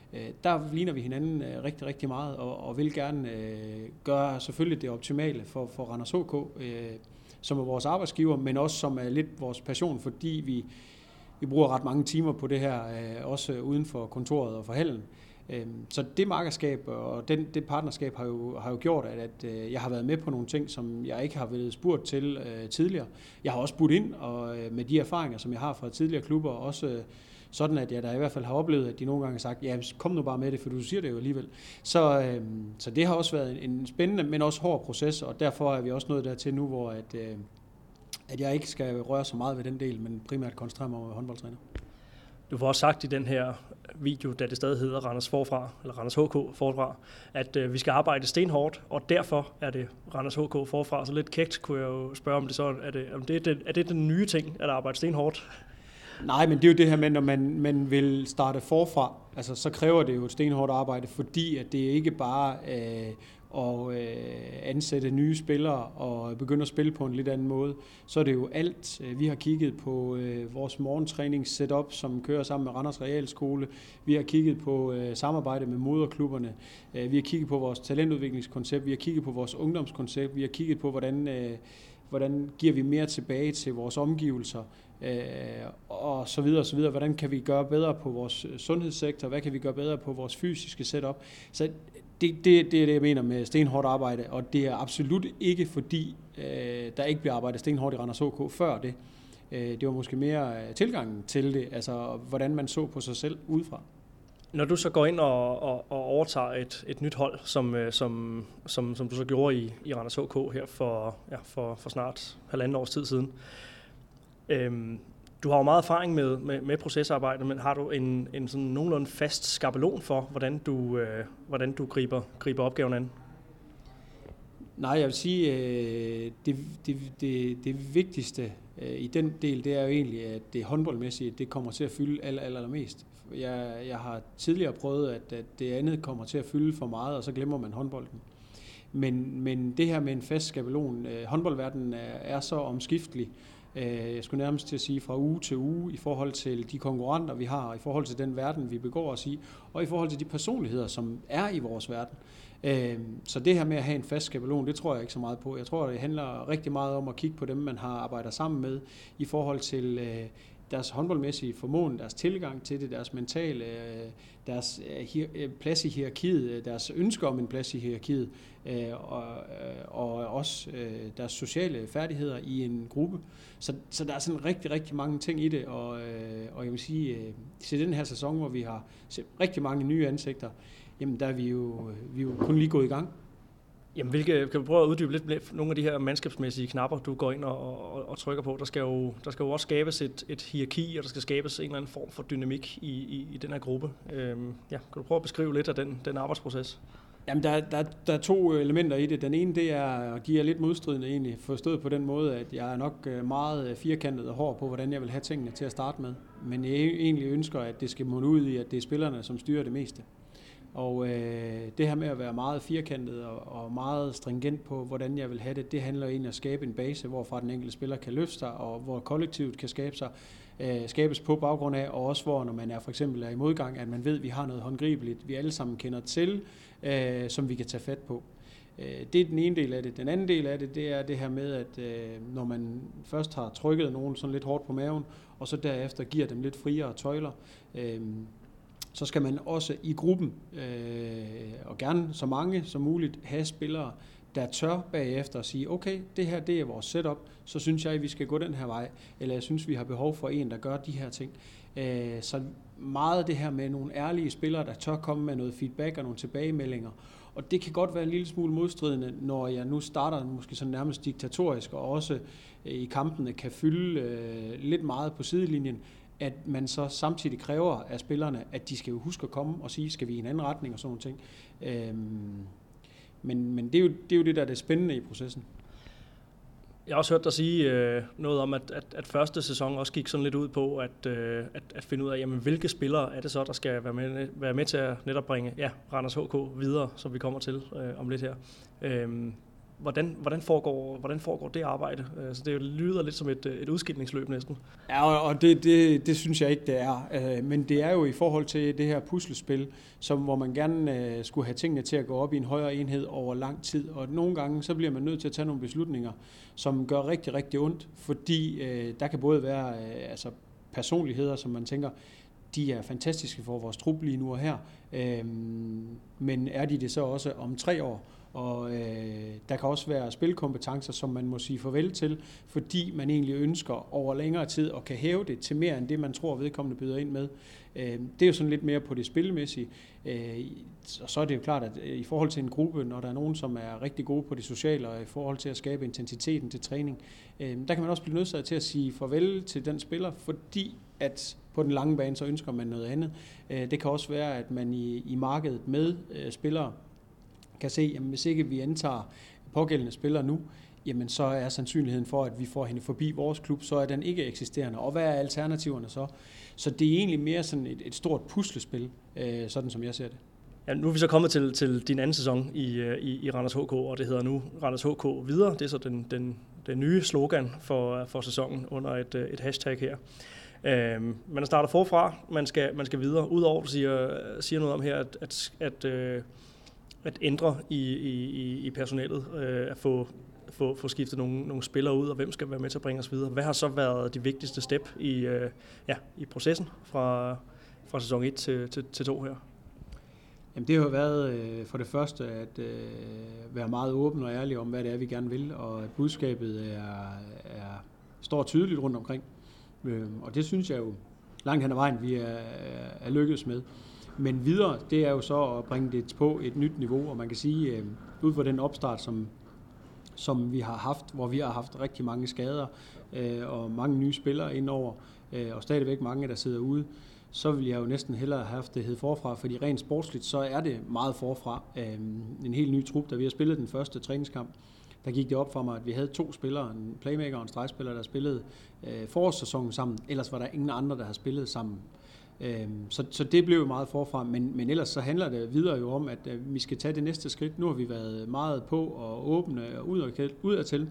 Der ligner vi hinanden rigtig, rigtig meget, og vil gerne gøre selvfølgelig det optimale for Randers HK, som er vores arbejdsgiver, men også som er lidt vores passion, fordi vi bruger ret mange timer på det her, også uden for kontoret og for hallen. Så det markedsskab og det partnerskab har jo gjort, at jeg har været med på nogle ting, som jeg ikke har været spurgt til tidligere. Jeg har også budt ind, og med de erfaringer, som jeg har fra tidligere klubber, også sådan, at jeg da i hvert fald har oplevet, at de nogle gange har sagt, ja, kom nu bare med det, for du siger det jo alligevel. Så det har også været en spændende, men også hård proces, og derfor er vi også nået dertil nu, hvor at jeg ikke skal røre så meget ved den del, men primært koncentrere mig om håndboldtræner. Du får også sagt i den her video, da det stadig hedder Randers Forfra, eller Randers HK Forfra, at vi skal arbejde stenhårdt, og derfor er det Randers HK Forfra. Så lidt kægt kunne jeg jo spørge, om det så er det den nye ting, at arbejde stenhårdt? Nej, men det er jo det her med, når man vil starte forfra, altså så kræver det jo et stenhårdt arbejde, fordi at det ikke bare at ansætte nye spillere og begynde at spille på en lidt anden måde. Så er det jo alt. Vi har kigget på vores morgentræningssetup, som kører sammen med Randers Realskole. Vi har kigget på samarbejde med moderklubberne. Vi har kigget på vores talentudviklingskoncept. Vi har kigget på vores ungdomskoncept. Vi har kigget på, hvordan giver vi mere tilbage til vores omgivelser, og så videre og så videre. Hvordan kan vi gøre bedre på vores sundhedssektor? Hvad kan vi gøre bedre på vores fysiske setup? Så det er det, jeg mener med stenhårdt arbejde, og det er absolut ikke fordi, der ikke bliver arbejdet stenhårdt i Randers HK før det. Det var måske mere tilgangen til det, altså hvordan man så på sig selv udefra. Når du så går ind og overtager et nyt hold, som du så gjorde i Randers HK her for snart 1,5 års tid siden, du har jo meget erfaring med procesarbejde, men har du en sådan nogenlunde fast skabelon for, hvordan du griber opgaven an? Nej, jeg vil sige, det vigtigste i den del, det er jo egentlig, at det håndboldmæssige, det kommer til at fylde allermest. Jeg har tidligere prøvet, at det andet kommer til at fylde for meget, og så glemmer man håndbolden. Men det her med en fast skabelon, håndboldverdenen er så omskiftelig, jeg skulle nærmest til at sige fra uge til uge, i forhold til de konkurrenter, vi har, i forhold til den verden, vi begår os i, og i forhold til de personligheder, som er i vores verden. Så det her med at have en fast skabelon, det tror jeg ikke så meget på. Jeg tror, det handler rigtig meget om at kigge på dem, man har arbejdet sammen med, i forhold til deres håndboldmæssige formåen, deres tilgang til det, deres mentale, deres plads i hierarkiet, deres ønsker om en plads i hierarkiet, og også deres sociale færdigheder i en gruppe. Så der er sådan rigtig, rigtig mange ting i det, og jeg vil sige, til den her sæson, hvor vi har set rigtig mange nye ansigter, jamen der er vi jo kun lige gået i gang. Jamen, kan du prøve at uddybe lidt nogle af de her mandskabsmæssige knapper, du går ind og trykker på? Der skal jo også skabes et hierarki, og der skal skabes en eller anden form for dynamik i den her gruppe. Kan du prøve at beskrive lidt af den arbejdsproces? Jamen, der er 2 elementer i det. Den ene, det er, og de er lidt modstridende egentlig, forstået på den måde, at jeg er nok meget firkantet og hård på, hvordan jeg vil have tingene til at starte med. Men jeg egentlig ønsker, at det skal munde ud i, at det er spillerne, som styrer det meste. Og det her med at være meget firkantet og meget stringent på, hvordan jeg vil have det, det handler egentlig om at skabe en base, hvorfra den enkelte spiller kan løfte sig, og hvor kollektivet kan skabes på baggrund af, og også hvor, når man for eksempel er i modgang, at man ved, at vi har noget håndgribeligt, vi alle sammen kender til, som vi kan tage fat på. Det er den ene del af det. Den anden del af det, det er det her med, at når man først har trykket nogen sådan lidt hårdt på maven, og så derefter giver dem lidt friere tøjler, så skal man også i gruppen, og gerne så mange som muligt, have spillere, der tør bagefter at sige, okay, det her det er vores setup, så synes jeg, at vi skal gå den her vej, eller jeg synes, vi har behov for en, der gør de her ting. Så meget det her med nogle ærlige spillere, der tør komme med noget feedback og nogle tilbagemeldinger. Og det kan godt være en lille smule modstridende, når jeg nu starter måske sådan nærmest diktatorisk, og også i kampene kan fylde lidt meget på sidelinjen, at man så samtidig kræver af spillerne, at de skal jo huske at komme og sige, skal vi i en anden retning og sådan nogle ting. Men det er jo det, der er det spændende i processen. Jeg har også hørt dig sige noget om, at første sæson også gik sådan lidt ud på at finde ud af, jamen, hvilke spillere er det så, der skal være med til at netop bringe Randers HK videre, som vi kommer til om lidt her. hvordan foregår det arbejde? Så det lyder lidt som et udskilningsløb næsten. Ja, og det synes jeg ikke, det er. Men det er jo i forhold til det her puslespil, hvor man gerne skulle have tingene til at gå op i en højere enhed over lang tid. Og nogle gange, så bliver man nødt til at tage nogle beslutninger, som gør rigtig, rigtig ondt, fordi der kan både være personligheder, som man tænker, de er fantastiske for vores trup lige nu og her, men er de det så også om 3 år? Og der kan også være spilkompetencer, som man må sige farvel til, fordi man egentlig ønsker over længere tid og kan hæve det til mere end det, man tror vedkommende byder ind med. Det er jo sådan lidt mere på det spilmæssige. Og så er det jo klart, at i forhold til en gruppe, når der er nogen, som er rigtig gode på det sociale, og i forhold til at skabe intensiteten til træning, der kan man også blive nødsaget til at sige farvel til den spiller, fordi at på den lange bane, så ønsker man noget andet. Det kan også være, at man i markedet med spillere kan se, at hvis ikke vi antager pågældende spillere nu, jamen så er sandsynligheden for, at vi får hende forbi vores klub, så er den ikke eksisterende. Og hvad er alternativerne så? Så det er egentlig mere sådan et stort puslespil, sådan som jeg ser det. Ja, nu er vi så kommet til din anden sæson i Randers HK, og det hedder nu Randers HK videre. Det er så den nye slogan for sæsonen under et hashtag her. Man starter forfra, man skal videre. Udover du siger noget om her, at ændre i personalet, at få skiftet nogle spillere ud, og hvem skal være med til at bringe os videre. Hvad har så været de vigtigste step i processen fra sæson 1 til 2 her? Jamen, det har jo været for det første at være meget åben og ærlig om, hvad det er, vi gerne vil, og at budskabet står tydeligt rundt omkring. Og det synes jeg jo langt hen ad vejen, vi er lykkedes med. Men videre, det er jo så at bringe det på et nyt niveau, og man kan sige, ud fra den opstart, som vi har haft, hvor vi har haft rigtig mange skader og mange nye spillere indover, og stadigvæk mange, der sidder ude, så vil jeg jo næsten hellere have haft det hed forfra, fordi rent sportsligt, så er det meget forfra. En helt ny trup, da vi har spillet den første træningskamp, der gik det op for mig, at vi havde 2 spillere, en playmaker og en stregspiller, der spillede forårssæsonen sammen. Ellers var der ingen andre, der har spillet sammen. Så det blev jo meget forfra, men ellers så handler det videre jo om, at vi skal tage det næste skridt. Nu har vi været meget på og åbne og udadtil.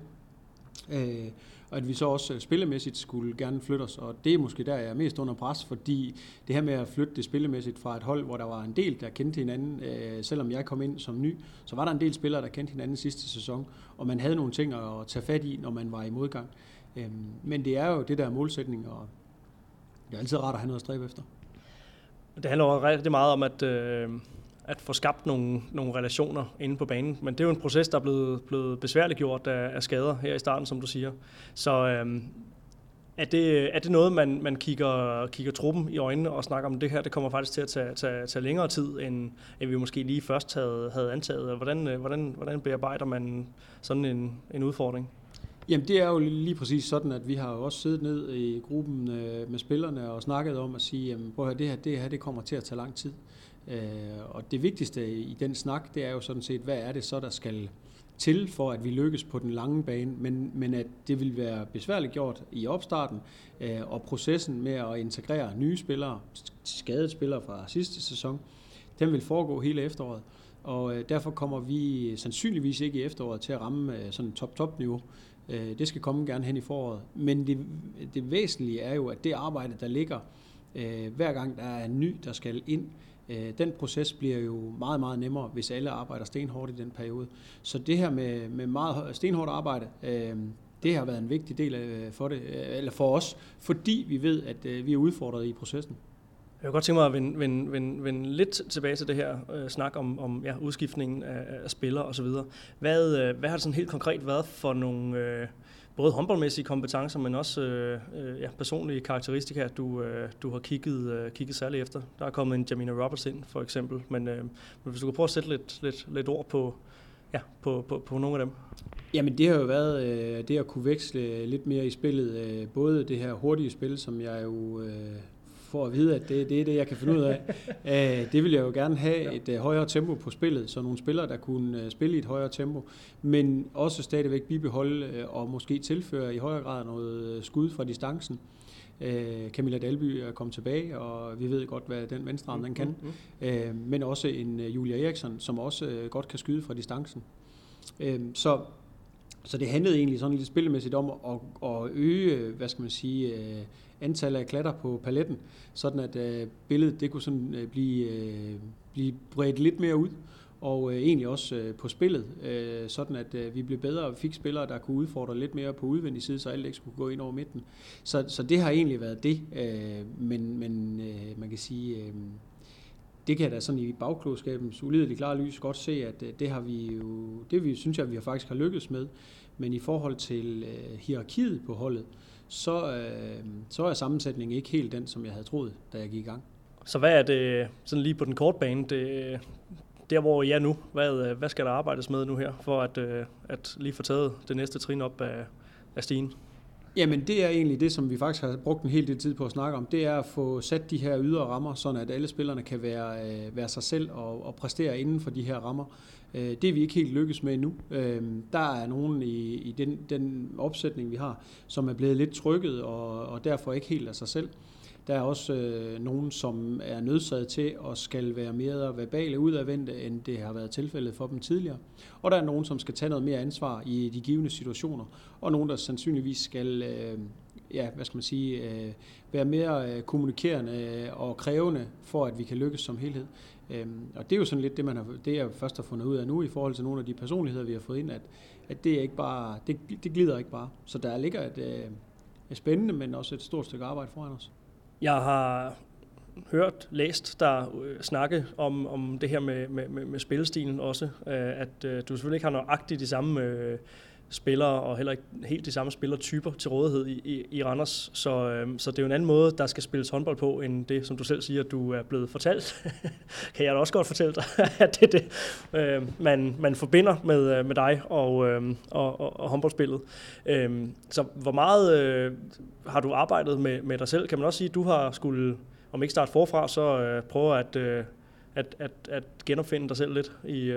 Og at vi så også spillemæssigt skulle gerne flytte os, og det er måske der, jeg er mest under pres, fordi det her med at flytte det spillemæssigt fra et hold, hvor der var en del, der kendte hinanden, selvom jeg kom ind som ny, så var der en del spillere, der kendte hinanden sidste sæson, og man havde nogle ting at tage fat i, når man var i modgang. Men det er jo det der målsætning, og det er altid rart at have noget at stræbe efter. Det handler jo rigtig meget om at få skabt nogle relationer inde på banen. Men det er jo en proces, der er blevet besværligt gjort af skader her i starten, som du siger. Så er det noget, man kigger truppen i øjnene og snakker om det her? Det kommer faktisk til at tage længere tid, end vi måske lige først havde antaget. Hvordan bearbejder man sådan en udfordring? Jamen det er jo lige præcis sådan, at vi har jo også siddet ned i gruppen med spillerne og snakket om at sige, jamen, prøv at høre, det her det kommer til at tage lang tid. Og det vigtigste i den snak, det er jo sådan set, hvad er det så, der skal til for, at vi lykkes på den lange bane, men at det vil være besværligt gjort i opstarten, og processen med at integrere nye spillere, skadede spillere fra sidste sæson, den vil foregå hele efteråret. Og derfor kommer vi sandsynligvis ikke i efteråret til at ramme sådan top-niveau. Det skal komme gerne hen i foråret. Men det væsentlige er jo, at det arbejde, der ligger, hver gang der er en ny, der skal ind, den proces bliver jo meget, meget nemmere, hvis alle arbejder stenhårdt i den periode. Så det her med meget stenhårdt arbejde, det har været en vigtig del for os, fordi vi ved, at vi er udfordret i processen. Jeg kunne godt tænke mig at vende lidt tilbage til det her snak om udskiftningen af spillere osv. Hvad har det sådan helt konkret været for nogle både håndboldmæssige kompetencer, men også personlige karakteristika, du har kigget særligt efter? Der er kommet en Jamina Roberts ind, for eksempel, men hvis du kan prøve at sætte lidt ord på nogle af dem. Jamen det har jo været det at kunne veksle lidt mere i spillet, både det her hurtige spil, som jeg jo for at vide, at det er det, jeg kan finde ud af. Det vil jeg jo gerne have et højere tempo på spillet, så nogle spillere, der kunne spille i et højere tempo, men også stadigvæk bibeholde og måske tilføre i højere grad noget skud fra distancen. Camilla Dalby er kommet tilbage, og vi ved godt, hvad den venstre arm den kan. Men også en Julia Eriksson, som også godt kan skyde fra distancen. Så det handlede egentlig sådan lidt spillemæssigt om at øge, antallet af klatter på paletten, sådan at billedet det kunne sådan blive bredt lidt mere ud, og egentlig også på spillet, sådan at vi blev bedre og fik spillere, der kunne udfordre lidt mere på udvendig side, så alt ikke skulle gå ind over midten. Så det har egentlig været det, men man kan sige, det kan jeg da sådan i bagklogskabens ulideligt klare lys godt se, at det synes jeg, vi faktisk har lykkes med. Men i forhold til hierarkiet på holdet, så er sammensætningen ikke helt den, som jeg havde troet, da jeg gik i gang. Så hvad er det sådan lige på den korte bane, der hvor I er nu? Hvad skal der arbejdes med nu her, for at lige få taget det næste trin op af stigen? Jamen det er egentlig det, som vi faktisk har brugt en hel del tid på at snakke om. Det er at få sat de her ydre rammer, sådan at alle spillerne kan være sig selv og præstere inden for de her rammer. Det er vi ikke helt lykkes med endnu. Der er nogen i den opsætning, vi har, som er blevet lidt trykket og derfor ikke helt af sig selv. Der er også nogen, som er nødsaget til at skal være mere verbale udadvendte, end det har været tilfældet for dem tidligere. Og der er nogen, som skal tage noget mere ansvar i de givne situationer, og nogen, der sandsynligvis skal være mere kommunikerende og krævende, for at vi kan lykkes som helhed. Og det er jo sådan lidt det jeg først har fundet ud af nu i forhold til nogle af de personligheder, vi har fået ind, at det er ikke bare, det glider ikke bare. Så der ligger et spændende, men også et stort stykke arbejde foran os. Jeg har hørt, læst der snakke om det her med spillestilen også, at du selvfølgelig ikke har nøjagtigt de samme spillere, og heller ikke helt de samme spillertyper til rådighed i Randers. Så det er jo en anden måde, der skal spilles håndbold på, end det, som du selv siger, du er blevet fortalt. Kan jeg da også godt fortælle dig, at det er det, man forbinder med dig og håndboldspillet. Så hvor meget har du arbejdet med dig selv? Kan man også sige, at du har skulle, om ikke starte forfra, så prøve at genopfinde dig selv lidt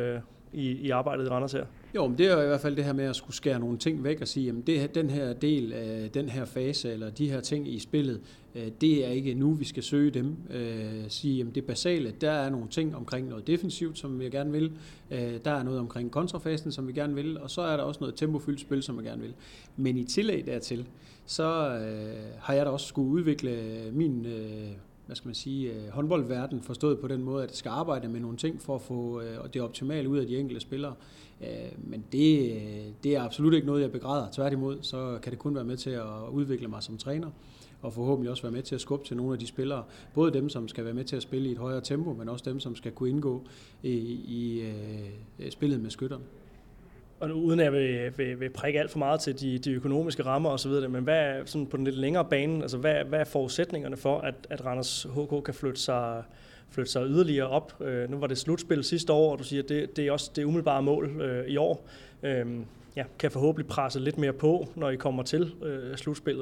i arbejdet i Randers her? Jo, men det er jo i hvert fald det her med at skulle skære nogle ting væk og sige, at den her del af den her fase, eller de her ting i spillet, det er ikke nu, vi skal søge dem. Sige, at det basale, der er nogle ting omkring noget defensivt, som vi gerne vil. Der er noget omkring kontrafasen, som vi gerne vil, og så er der også noget tempofyldt spil, som vi gerne vil. Men i tillæg dertil, så har jeg da også skulle udvikle min håndboldverden, forstået på den måde, at det skal arbejde med nogle ting for at få det optimale ud af de enkelte spillere. Men det er absolut ikke noget, jeg begræder. Tværtimod, så kan det kun være med til at udvikle mig som træner, og forhåbentlig også være med til at skubbe til nogle af de spillere. Både dem, som skal være med til at spille i et højere tempo, men også dem, som skal kunne indgå i spillet med skytterne. Og uden at jeg vil prikke alt for meget til de økonomiske rammer osv., men hvad er sådan på den lidt længere bane, altså hvad er forudsætningerne for, at Randers HK kan flytte sig yderligere op? Nu var det slutspil sidste år, og du siger, at det er også det umiddelbare mål i år. Kan forhåbentlig presse lidt mere på, når I kommer til slutspillet.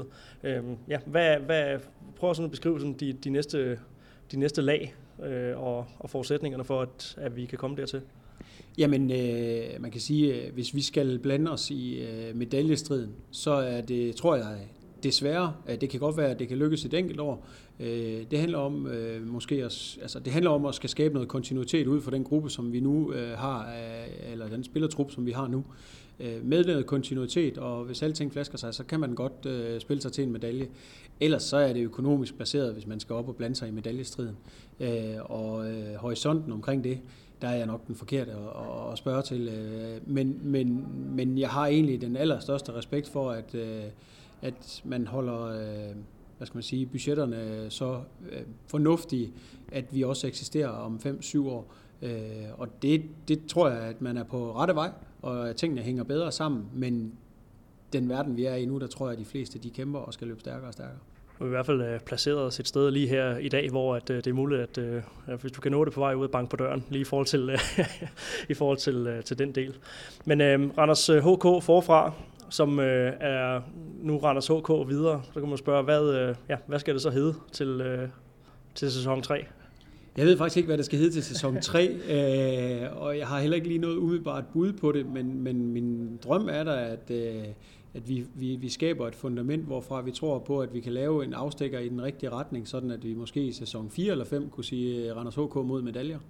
Prøv sådan at beskrive sådan de næste lag og forudsætningerne for, at vi kan komme dertil. Jamen, man kan sige, at hvis vi skal blande os i medaljestriden, så er det, tror jeg, desværre, at det kan godt være, at det kan lykkes et enkelt år. Det handler om det handler om at skal skabe noget kontinuitet ud for den gruppe, som vi nu har, eller den spillertrup, som vi har nu. Med noget kontinuitet, og hvis alting flasker sig, så kan man godt spille sig til en medalje. Ellers så er det økonomisk baseret, hvis man skal op og blande sig i medaljestriden. Horisonten omkring det, der er jeg nok den forkerte at spørge til. Men jeg har egentlig den allerstørste respekt for, at man holder budgetterne så fornuftige, at vi også eksisterer om 5-7 år. Og det tror jeg, at man er på rette vej, og at tingene hænger bedre sammen. Men den verden, vi er i nu, der tror jeg, at de fleste de kæmper og skal løbe stærkere og stærkere. Vi er i hvert fald placeret os et sted lige her i dag, hvor at det er muligt, at hvis du kan nå det på vej ud og banke på døren, lige i forhold til den del. Men Randers HK forfra, som er nu Randers HK videre, så kan man spørge, hvad skal det så hedde til sæson 3? Jeg ved faktisk ikke, hvad det skal hedde til sæson 3, og jeg har heller ikke lige noget umiddelbart bud på det, men min drøm er der, at vi skaber et fundament, hvorfra vi tror på, at vi kan lave en afstikker i den rigtige retning, sådan at vi måske i sæson 4 eller 5 kunne sige Randers HK mod medaljer.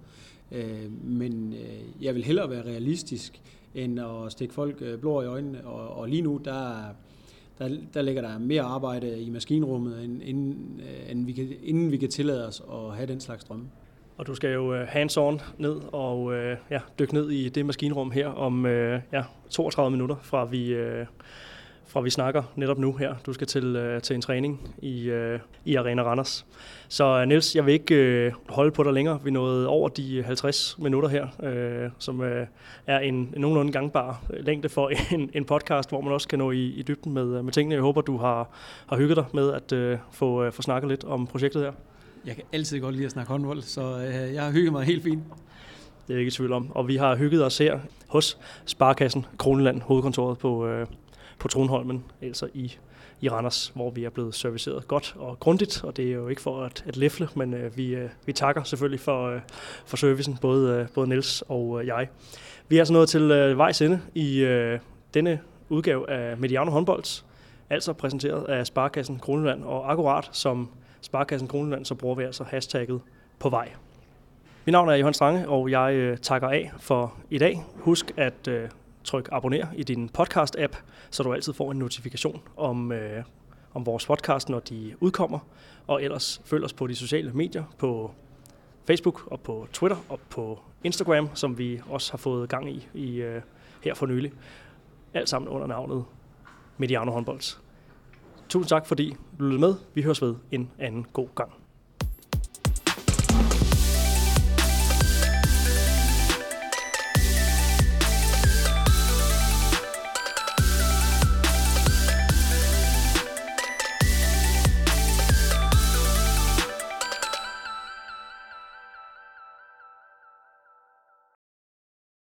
Men jeg vil hellere være realistisk, end at stikke folk blår i øjnene. Og lige nu, der ligger der mere arbejde i maskinrummet, inden vi kan tillade os at have den slags drømme. Og du skal jo hands-on ned og dykke ned i det maskinrum her om 32 minutter, fra vi snakker netop nu her. Du skal til en træning i Arena Randers. Så Niels, jeg vil ikke holde på dig længere. Vi nåede over de 50 minutter her, som er en nogenlunde gangbar længde for en podcast, hvor man også kan nå i dybden med tingene. Jeg håber, du har hygget dig med at få snakket lidt om projektet her. Jeg kan altid godt lide at snakke håndbold, så jeg har hygget mig helt fint. Det er jeg ikke i tvivl om. Og vi har hygget os her hos Sparekassen Kronjylland, hovedkontoret på Trunholmen, altså i Randers, hvor vi er blevet serviceret godt og grundigt, og det er jo ikke for at læfle, men vi takker selvfølgelig for servicen, både Niels og jeg. Vi er altså nået til vejs ende i denne udgave af Mediano Håndbolds, altså præsenteret af Sparekassen Kronjylland, og akkurat som Sparekassen Kronjylland, så bruger vi altså hashtagget på vej. Mit navn er Johan Strange, og jeg takker af for i dag. Husk at tryk abonner i din podcast-app, så du altid får en notifikation om vores podcast, når de udkommer. Og ellers følg os på de sociale medier, på Facebook og på Twitter og på Instagram, som vi også har fået gang i her for nylig. Alt sammen under navnet Mediano Håndbolds. Tusind tak, fordi du lyttede med. Vi høres ved en anden god gang.